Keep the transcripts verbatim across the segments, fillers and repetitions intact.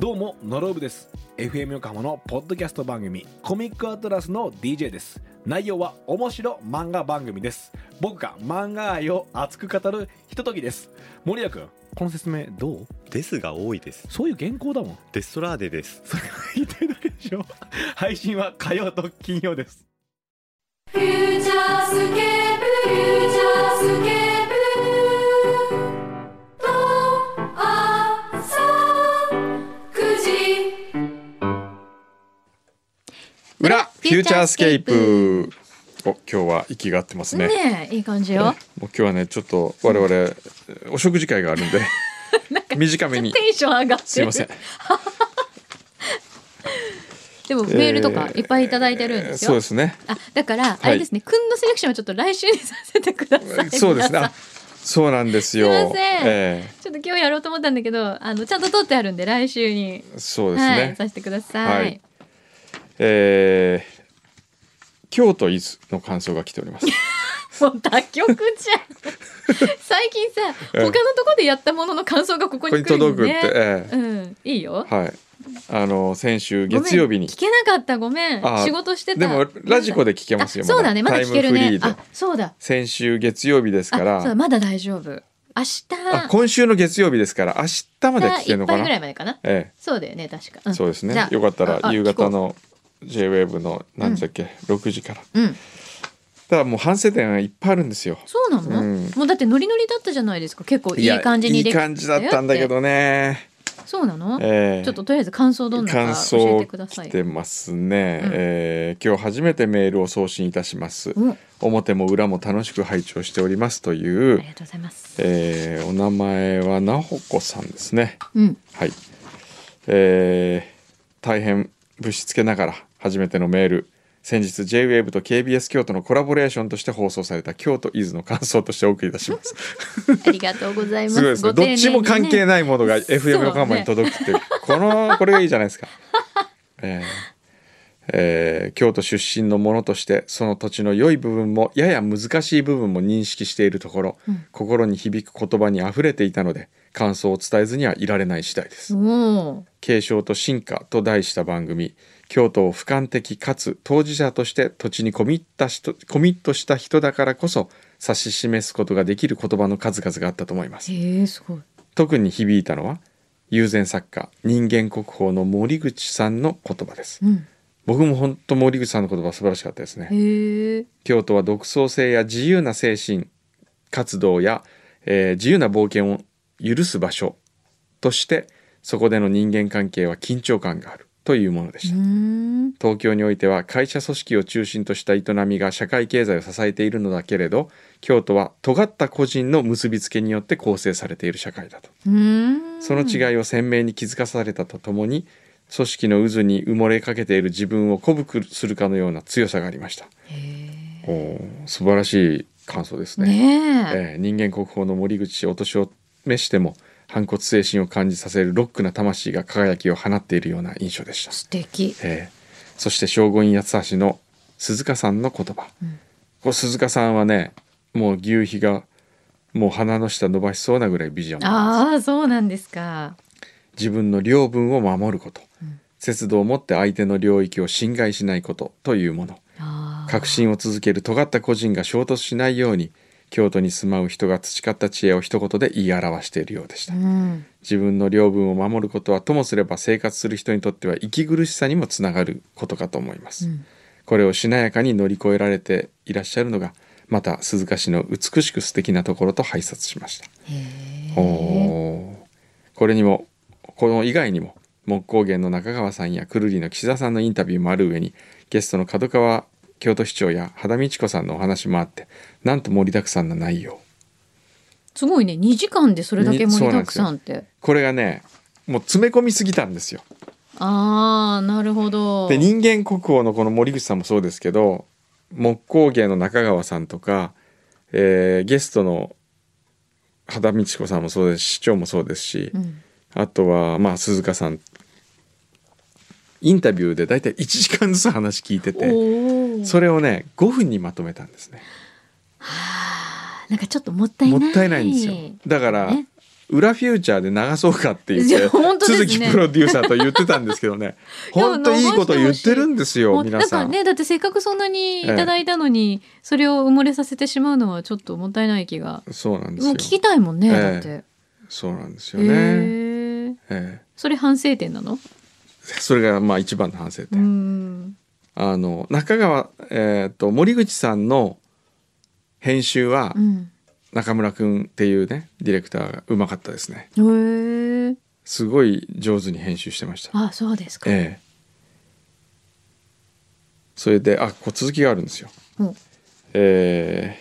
どうもノロブです。 エフエム 横浜のポッドキャスト番組コミックアトラスの ディージェー です。内容は面白漫画番組です。僕が漫画愛を熱く語るひとときです。森谷君、この説明どう？ ですが多いです。 そういう原稿だもん。 デストラーデです。 それが言いたいだけでしょ。配信は火曜と金曜です。 フューチャースケープフューチャースケープと朝くじ裏フューチャースケープ。お、今日は息が合ってますね。 ねえ、いい感じよ。 もう今日はね、ちょっと我々お食事会があるんで短めに。 テンション上がってる。 すいません。 でもメールとかいっぱいいただいてるんですよ。 えー、そうですね。 あ、だからあれですね、くんのセレクションはちょっと来週にさせてください。 そうですね。あ、そうなんですよ。 すいません、 えー、 ちょっと今日やろうと思ったんだけど、あのちゃんと撮ってあるんで来週に。 そうですね。 はい、させてください。はい、 えー、京都伊豆の感想が来ております。 もう他局じゃん。最近さ、他のとこでやったものの感想がここに来るよね。 ここに届くって、えー、うん、いいよ。 はい。あの先週月曜日に聞けなかった。ごめん、仕事してた。 でもラジコで聞けますよ。 そうだね、まだ聞けるね。 タイムフリーで。 あ、そうだ、 先週月曜日ですから。 そうだ、まだ大丈夫。明日、 あ、今週の月曜日ですから明日まで聞けるのかな。 いっぱいぐらいまでかな。ええ、そうだよね、確か、うん、 そうですね。よかったら夕方の ジェイウェーブ の何時だっけ、うん、ろくじから。うん。ただもう反省点がいっぱいあるんですよ。 そうなの、うん、もうだってノリノリだったじゃないですか。結構いい感じにできたよって。 いい感じだったんだけどね。 そうなの、 えー、 ちょっととりあえず感想どんなか教えてください。 感想来てますね、うん、えー、今日初めてメールを送信いたします、うん、表も裏も楽しく拝聴しておりますという。 ありがとうございます、 えー、お名前はなほこさんですね、 うん、 はい、えー、大変ぶしつけながら初めてのメール。先日 ジェイウェーブ と ケービーエス 京都のコラボレーションとして放送された京都伊豆の感想としてお送りいたします。 ありがとうございます。 すごいですね。どっちも関係ないものが エフエム 横浜に届くっていう、ね、このこれがいいじゃないですか。えーえー、京都出身の者としてその土地の良い部分もやや難しい部分も認識しているところ、うん、心に響く言葉にあふれていたので感想を伝えずにはいられない次第です。継承と進化と題した番組、京都を俯瞰的かつ当事者として土地にコミットした人、コミットした人だからこそ指し示すことができる言葉の数々があったと思います。 へー、すごい。 特に響いたのは友禅作家人間国宝の森口さんの言葉です、うん、僕も本当森口さんの言葉素晴らしかったですね。 へー。 京都は独創性や自由な精神活動や、えー、自由な冒険を許す場所としてそこでの人間関係は緊張感があるというものでした。東京においては会社組織を中心とした営みが社会経済を支えているのだけれど、京都は尖った個人の結びつけによって構成されている社会だと。その違いを鮮明に気づかされたとともに、組織の渦に埋もれかけている自分を鼓舞するかのような強さがありました。へお素晴らしい感想ですね。 ねええー、人間国宝の森口氏お年を召しても反骨精神を感じさせるロックな魂が輝きを放っているような印象でした。 素敵、 えー、そして聖護院八橋の鈴鹿さんの言葉、うん、これ鈴鹿さんはね、もう牛皮がもう鼻の下伸ばしそうなぐらいビジョンなんです。 ああ、そうなんですか。 自分の領分を守ること、うん、節度を持って相手の領域を侵害しないことというもの、革新を続ける尖った個人が衝突しないように京都に住まう人が培った知恵を一言で言い表しているようでした、うん、自分の領分を守ることはともすれば生活する人にとっては息苦しさにもつながることかと思います、うん、これをしなやかに乗り越えられていらっしゃるのがまた鈴鹿市の美しく素敵なところと拝察しました。へおこれにもこの以外にも木工芸の中川さんやくるりの岸田さんのインタビューもある上にゲストの角川京都市長や羽田美智子さんのお話もあって、なんと盛りだくさんな内容。 すごいね、にじかんでそれだけ盛りだくさんって。 これがね、もう詰め込みすぎたんですよ。 あー、なるほど。 で人間国宝のこの森口さんもそうですけど、木工芸の中川さんとか、えー、ゲストの羽田美智子さんもそうですし、市長もそうですし、うん、あとはまあ鈴鹿さん、インタビューでだいたいいちじかんずつ話聞いてて、それをねごふんにまとめたんですね。 はあ、なんかちょっともったいない。 もったいないんですよ。だから、ね、 裏フューチャーで流そうかって言いってや本当ですね鈴木プロデューサーと言ってたんですけどね本当いいこと言ってるんですよもう皆さん。 なんかねだってせっかくそんなにいただいたのに、ええ、それを埋もれさせてしまうのはちょっともったいない気が。 そうなんですよ。 もう聞きたいもんね、 ええ、 だって。 そうなんですよね。 えーええ、 それ反省点なの？ それがまあ一番の反省点。 うんあの中川、えー、と森口さんの編集は、うん、中村くんっていうねディレクターがうまかったですね。 へーすごい上手に編集してました。 あ、そうですか。 ええ、それであこう続きがあるんですよ。うん、え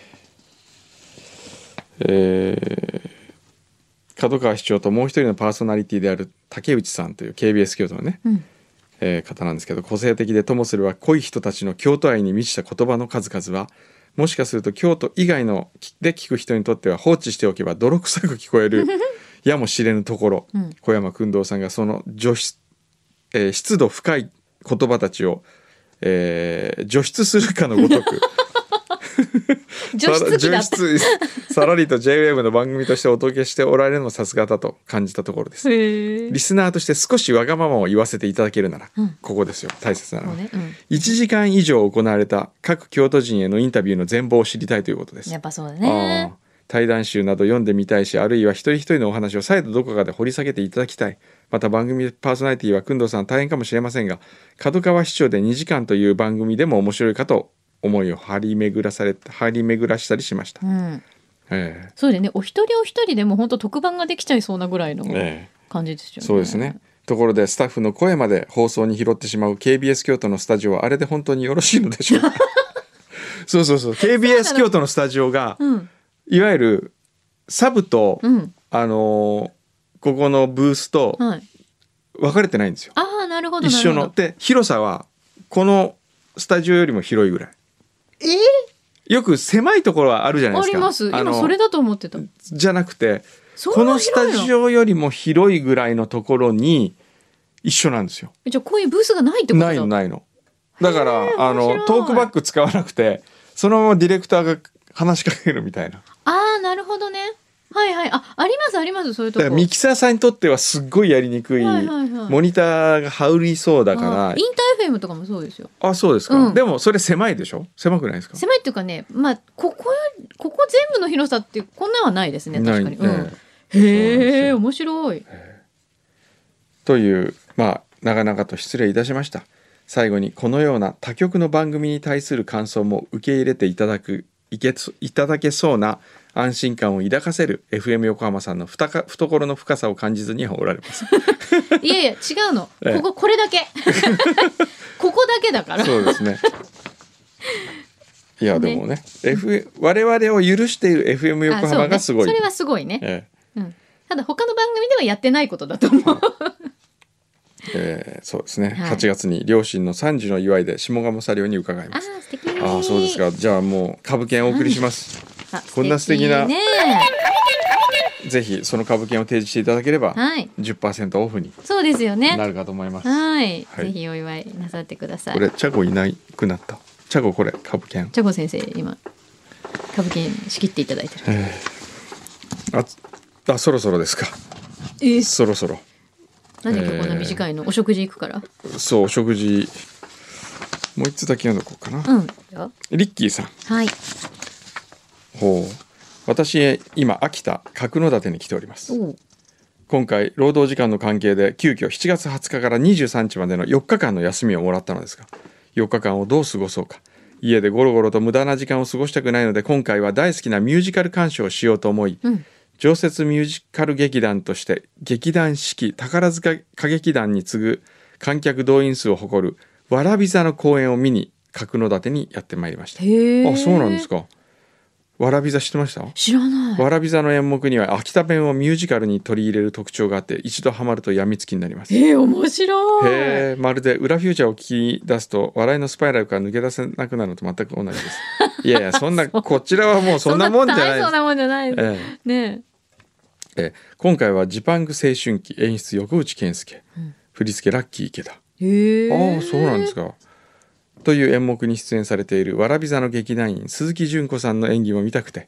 ーえー、角川市長ともう一人のパーソナリティである竹内さんという ケービーエス 京都のね、うんえー、方なんですけど、個性的でともすれば濃い人たちの京都愛に満ちた言葉の数々はもしかすると京都以外ので聞く人にとっては放置しておけば泥臭く聞こえるやもしれぬところ、うん、小山薫堂さんがその除湿、えー、湿度深い言葉たちを、えー、除湿するかのごとく除湿機だったさらりと ジェイウェーブ の番組としてお届けしておられるのもさすがだと感じたところです。リスナーとして少しわがままを言わせていただけるなら、うん、ここですよ大切なのは、ねうん、いちじかん以上行われた各京都人へのインタビューの全貌を知りたいということです。 やっぱそうだね。 あ対談集など読んでみたいし、あるいは一人一人のお話を再度どこかで掘り下げていただきたい。また番組パーソナリティは工藤さん大変かもしれませんが、角川市長でにじかんという番組でも面白いかと思いを張り巡らされ張り巡らしたりしました。うんえー、 そうでね、お一人お一人でも本当特番ができちゃいそうなぐらいの感じですよね。 えー、そうですね。ところでスタッフの声まで放送に拾ってしまう ケービーエス 京都のスタジオはあれで本当によろしいのでしょうかそうそうそう ケービーエス 京都のスタジオが、うん、いわゆるサブと、うん、あのー、ここのブースと分かれてないんですよ。 ああ、なるほど。 一緒ので広さはこのスタジオよりも広いぐらい。 えー、 よく狭いところはあるじゃないですか。 あります。今それだと思ってた。 じゃなくてこのスタジオよりも広いぐらいのところに一緒なんですよ。 じゃあこういうブースがないってことだ。 ないのないの。だからあのトークバック使わなくてそのままディレクターが話しかけるみたいな。 ああ、なるほどね。はいはい。あ、ありますあります。そういうとこ。 だからミキサーさんにとってはすっごいやりにくい、はいはいはい、モニターが羽織りそうだから。 インター エフエム とかもそうですよ。 あ、そうですか、うん、でもそれ狭いでしょ。狭くないですか。 狭いっていうかね、まあここここ全部の広さってこんなはないですね。確かに、うん、へえ、面白い。 というまあ長々と失礼いたしました。最後にこのような他局の番組に対する感想も受け入れていただくいけいただけそうな安心感を抱かせる エフエム 横浜さんのふたか懐の深さを感じずにはおられますいやいや違うの、こここれだけここだけだから。 そうですね。いやでもね、F、我々を許している エフエム 横浜がすごい。 そ,、ね、それはすごいね、ええうん、ただ他の番組ではやってないことだと思うえー、そうですね、はい、はちがつに両親のさんじの祝いで下鴨茶寮に伺います。 あ、素敵。 あ、そうですか。じゃあもう株券お送りします、うん、こんな素敵な、ね、ぜひその株券を提示していただければ、はい、じゅっパーセント オフにそうですよねなるかと思います。 はい、はい、ぜひお祝いなさってください。 これチャゴいなくなった。チャゴこれ株券。 チャゴ先生今株券仕切っていただいてる、えー、あ, あそろそろですか、 えー、 そろそろ何かこんな短いの、えー、お食事行くから。 そうお食事もう一つだけ読んどこうかな、うん、リッキーさん。 はい。 ほう私今秋田角館に来ております。今回労働時間の関係で急遽しちがつはつかからにじゅうさんにちまでのよっかかんの休みをもらったのですが、よっかかんをどう過ごそうか、家でゴロゴロと無駄な時間を過ごしたくないので今回は大好きなミュージカル鑑賞をしようと思い、うん、常設ミュージカル劇団として劇団四季宝塚歌劇団に次ぐ観客動員数を誇るわらび座の公演を見に角館にやってまいりました。 へあ、そうなんですか。わらび座知ってました？ 知らない。 わらび座の演目には秋田弁をミュージカルに取り入れる特徴があって一度ハマるとやみつきになります。 えー、面白い。 へー、まるで裏フューチャーを聞き出すと笑いのスパイラルから抜け出せなくなるのと全く同じですいやいやそんなこちらはもうそんなもんじゃないです。 そんなもんじゃないです、えー、ねええ今回はジパング青春期演出横内健介、うん、振り付けラッキー池田。 へー、 ああそうなんですか。という演目に出演されているわらび座の劇団員鈴木純子さんの演技も見たくて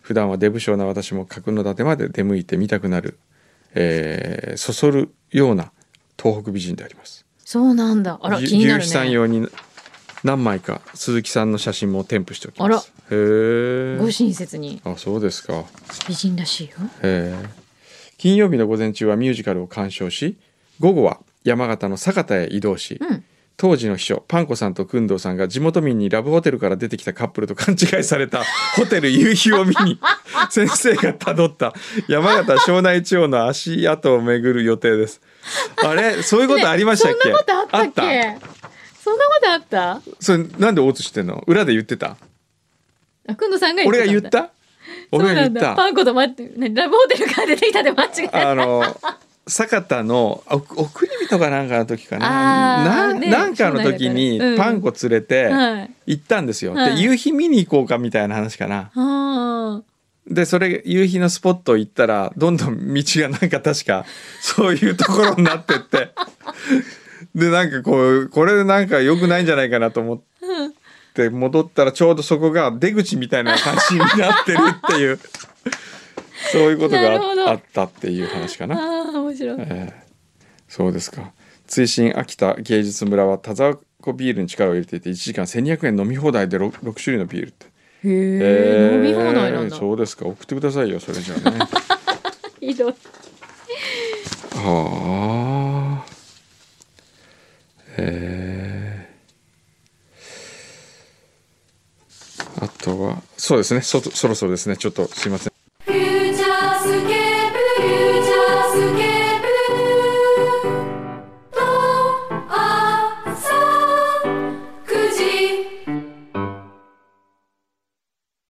普段は出不精な私も格の伊達まで出向いてみたくなる、えー、そそるような東北美人であります。 そうなんだ。あら、気になるね。 牛肥さん用に何枚か鈴木さんの写真も添付しておきます。あら、へえ。 ご親切に。 あ、そうですか。 美人らしいよ。 へえ。金曜日の午前中はミュージカルを鑑賞し、午後は山形の酒田へ移動し、うん、当時の秘書パンコさんと工藤さんが地元民にラブホテルから出てきたカップルと勘違いされたホテル夕日を見に先生がたどった山形庄内地方の足跡を巡る予定です。あれ、そういうことありましたっけ？ ね、そんなことあったっけ？そんなことあった？ それなんでオーツしてんの？裏で言ってた？ あ、くんどさんが言ってたんだ。 俺が言った？俺が言った。 パンコと待って、ね、ラブホテルから出てきたで間違えた。 あの酒田の送り人かなんかの時かな、な、ね、なんかの時にパンコ連れて行ったんですよ、うん、はい、で夕日見に行こうかみたいな話かな、はでそれ夕日のスポット行ったらどんどん道がなんか確かそういうところになってってでなんかこうこれなんか良くないんじゃないかなと思って戻ったらちょうどそこが出口みたいな感じになってるっていうそういうことが あ, あったっていう話かな。 あ、面白い、 えー、そうですか。追伸秋田芸術村は田沢湖ビールに力を入れていていちじかんせんにひゃくえん飲み放題で 6, ろく種類のビールって。 へえ、飲み放題なんだ。 そうですか。送ってくださいよそれじゃあね。 ひどい。 はあ。えー、あとはそうですね。そ, そろそろですね。ちょっとすいません。